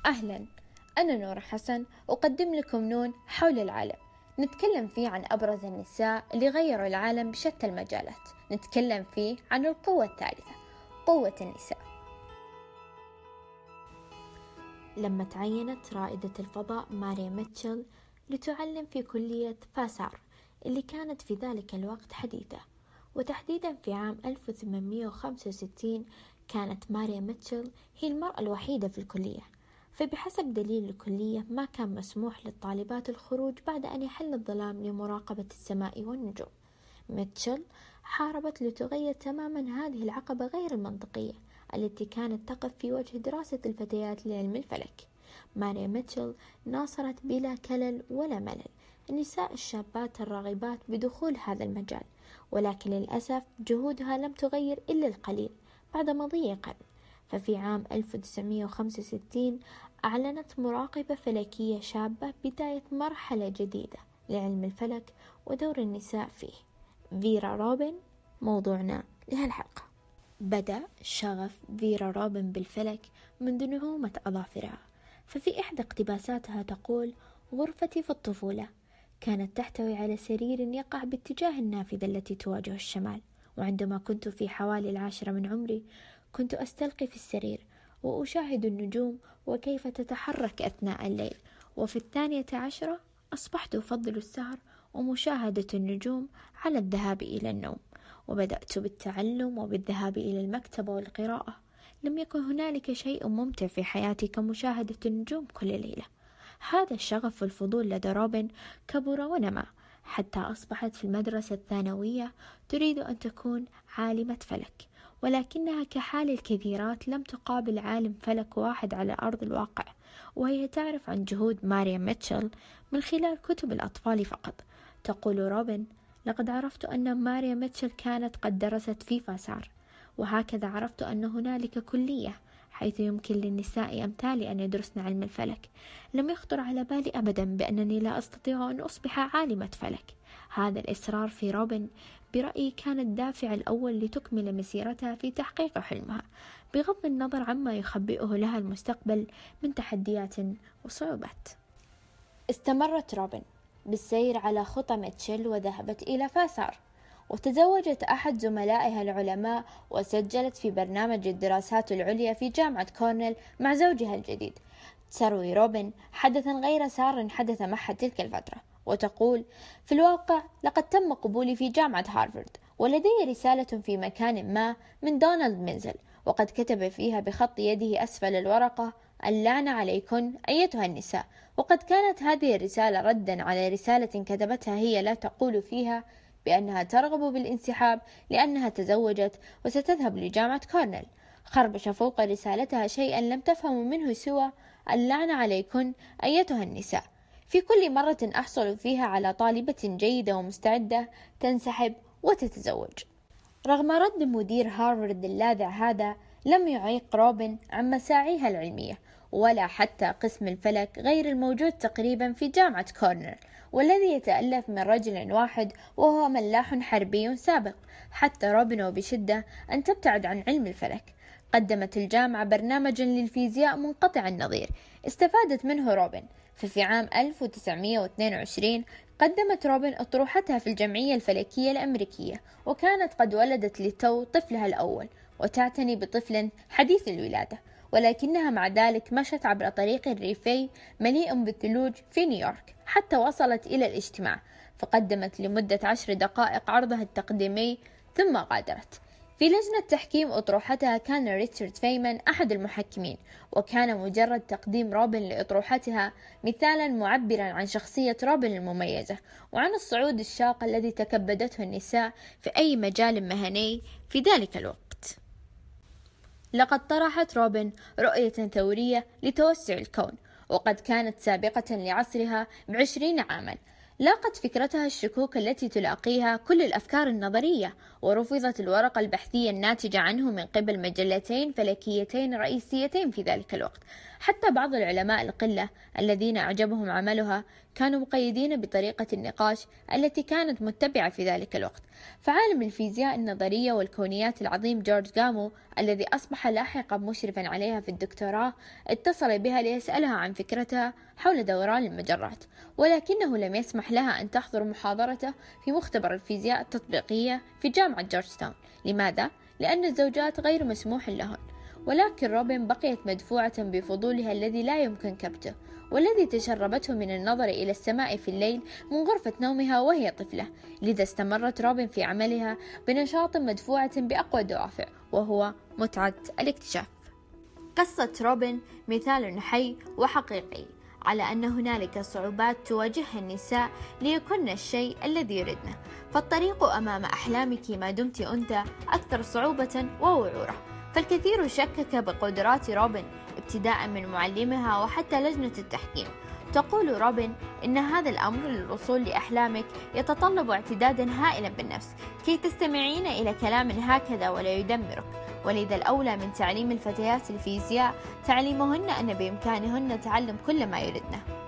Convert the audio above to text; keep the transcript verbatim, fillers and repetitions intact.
أهلا، أنا نور حسن أقدم لكم نون حول العالم. نتكلم فيه عن أبرز النساء اللي غيروا العالم بشتى المجالات. نتكلم فيه عن القوة الثالثة، قوة النساء. لما تعينت رائدة الفضاء ماري ميتشل لتعلم في كلية فاسار اللي كانت في ذلك الوقت حديثة، وتحديدا في عام ألف وثمانمائة وخمسة وستين، كانت ماري ميتشل هي المرأة الوحيدة في الكلية. فبحسب دليل الكلية ما كان مسموح للطالبات الخروج بعد أن يحل الظلام لمراقبة السماء والنجوم. ميتشل حاربت لتغير تماما هذه العقبة غير المنطقية التي كانت تقف في وجه دراسة الفتيات لعلم الفلك. ماري ميتشل ناصرت بلا كلل ولا ملل النساء الشابات الراغبات بدخول هذا المجال، ولكن للأسف جهودها لم تغير إلا القليل بعد مضي قرن. ففي عام ألف وتسعمائة وخمسة وستين أعلنت مراقبة فلكية شابة بداية مرحلة جديدة لعلم الفلك ودور النساء فيه. فيرا روبن موضوعنا لهالحلقة. بدأ شغف فيرا روبن بالفلك منذ نعومة أظافرها، ففي إحدى اقتباساتها تقول: غرفتي في الطفولة كانت تحتوي على سرير يقع باتجاه النافذة التي تواجه الشمال، وعندما كنت في حوالي العاشرة من عمري كنت أستلقي في السرير وأشاهد النجوم وكيف تتحرك أثناء الليل، وفي الثانية عشرة أصبحت أفضل السهر ومشاهدة النجوم على الذهاب إلى النوم، وبدأت بالتعلم وبالذهاب إلى المكتبة والقراءة. لم يكن هنالك شيء ممتع في حياتي كمشاهدة النجوم كل ليلة. هذا الشغف والفضول لدى روبن كبر ونمى حتى أصبحت في المدرسة الثانوية تريد أن تكون عالمة فلك، ولكنها كحال الكثيرات لم تقابل عالم فلك واحد على أرض الواقع، وهي تعرف عن جهود ماري ميتشل من خلال كتب الأطفال فقط. تقول روبن: لقد عرفت أن ماري ميتشل كانت قد درست في فاسار، وهكذا عرفت أن هنالك كلية حيث يمكن للنساء أمثالي أن يدرسن علم الفلك. لم يخطر على بالي أبدا بأنني لا أستطيع أن أصبح عالمة فلك. هذا الإصرار في روبن برأيي كان الدافع الأول لتكمل مسيرتها في تحقيق حلمها، بغض النظر عما يخبئه لها المستقبل من تحديات وصعوبات. استمرت روبن بالسير على خطى ميتشل وذهبت إلى فاسار، وتزوجت أحد زملائها العلماء وسجلت في برنامج الدراسات العليا في جامعة كورنيل مع زوجها الجديد. تروي روبن حدثا غير سار حدث معها تلك الفترة، وتقول: في الواقع لقد تم قبولي في جامعة هارفارد، ولدي رسالة في مكان ما من دونالد مينزل، وقد كتب فيها بخط يده أسفل الورقة: اللعنة عليكن أيتها النساء. وقد كانت هذه الرسالة ردا على رسالة كتبتها هي لا تقول فيها بأنها ترغب بالانسحاب لأنها تزوجت وستذهب لجامعة كورنيل. خربش فوق رسالتها شيئا لم تفهموا منه سوى اللعنة عليكن أيتها النساء. في كل مرة أحصل فيها على طالبة جيدة ومستعدة تنسحب وتتزوج. رغم رد مدير هارفارد اللاذع هذا لم يعيق روبن عن مساعيها العلمية، ولا حتى قسم الفلك غير الموجود تقريبا في جامعة كورنيل، والذي يتألف من رجل واحد وهو ملاح حربي سابق. حتى روبن وبشدة أن تبتعد عن علم الفلك. قدمت الجامعة برنامجا للفيزياء منقطع النظير استفادت منه روبن. ففي عام ألف وتسعمائة واثنين وعشرين قدمت روبن أطروحتها في الجمعية الفلكية الأمريكية، وكانت قد ولدت للتو طفلها الأول وتعتني بطفل حديث الولادة، ولكنها مع ذلك مشت عبر طريق ريفي مليء بالثلوج في نيويورك حتى وصلت إلى الاجتماع، فقدمت لمدة عشر دقائق عرضها التقديمي ثم غادرت. في لجنة تحكيم أطروحتها كان ريتشارد فيمان أحد المحكمين، وكان مجرد تقديم روبن لأطروحتها مثالا معبرا عن شخصية روبن المميزة وعن الصعود الشاق الذي تكبدته النساء في أي مجال مهني في ذلك الوقت. لقد طرحت روبن رؤية ثورية لتوسع الكون، وقد كانت سابقة لعصرها بعشرين عاما. لاقت فكرتها الشكوك التي تلاقيها كل الأفكار النظرية، ورفضت الورقة البحثية الناتجة عنه من قبل مجلتين فلكيتين رئيسيتين في ذلك الوقت. حتى بعض العلماء القلة الذين أعجبهم عملها كانوا مقيدين بطريقة النقاش التي كانت متبعة في ذلك الوقت. فعالم الفيزياء النظرية والكونيات العظيم جورج جامو الذي أصبح لاحقا مشرفا عليها في الدكتوراه اتصل بها ليسألها عن فكرتها حول دوران المجرات، ولكنه لم يسمح لها أن تحضر محاضرته في مختبر الفيزياء التطبيقية في جامعة جورجتاون. لماذا؟ لأن الزوجات غير مسموح لهن. ولكن روبن بقيت مدفوعة بفضولها الذي لا يمكن كبته، والذي تشربته من النظر إلى السماء في الليل من غرفة نومها وهي طفلة. لذا استمرت روبن في عملها بنشاط مدفوعة بأقوى دوافع، وهو متعة الاكتشاف. قصة روبن مثال حي وحقيقي على أن هنالك صعوبات تواجهها النساء ليكن الشيء الذي يردنه، فالطريق أمام أحلامك ما دمت أنثى أكثر صعوبة ووعورة. فالكثير شكك بقدرات روبن ابتداء من معلمها وحتى لجنة التحكيم. تقول روبن إن هذا الأمر للوصول لأحلامك يتطلب اعتدادا هائلا بالنفس كي تستمعين إلى كلام هكذا ولا يدمرك، ولذا الأولى من تعليم الفتيات الفيزياء تعليمهن أن بإمكانهن تعلم كل ما يردنه.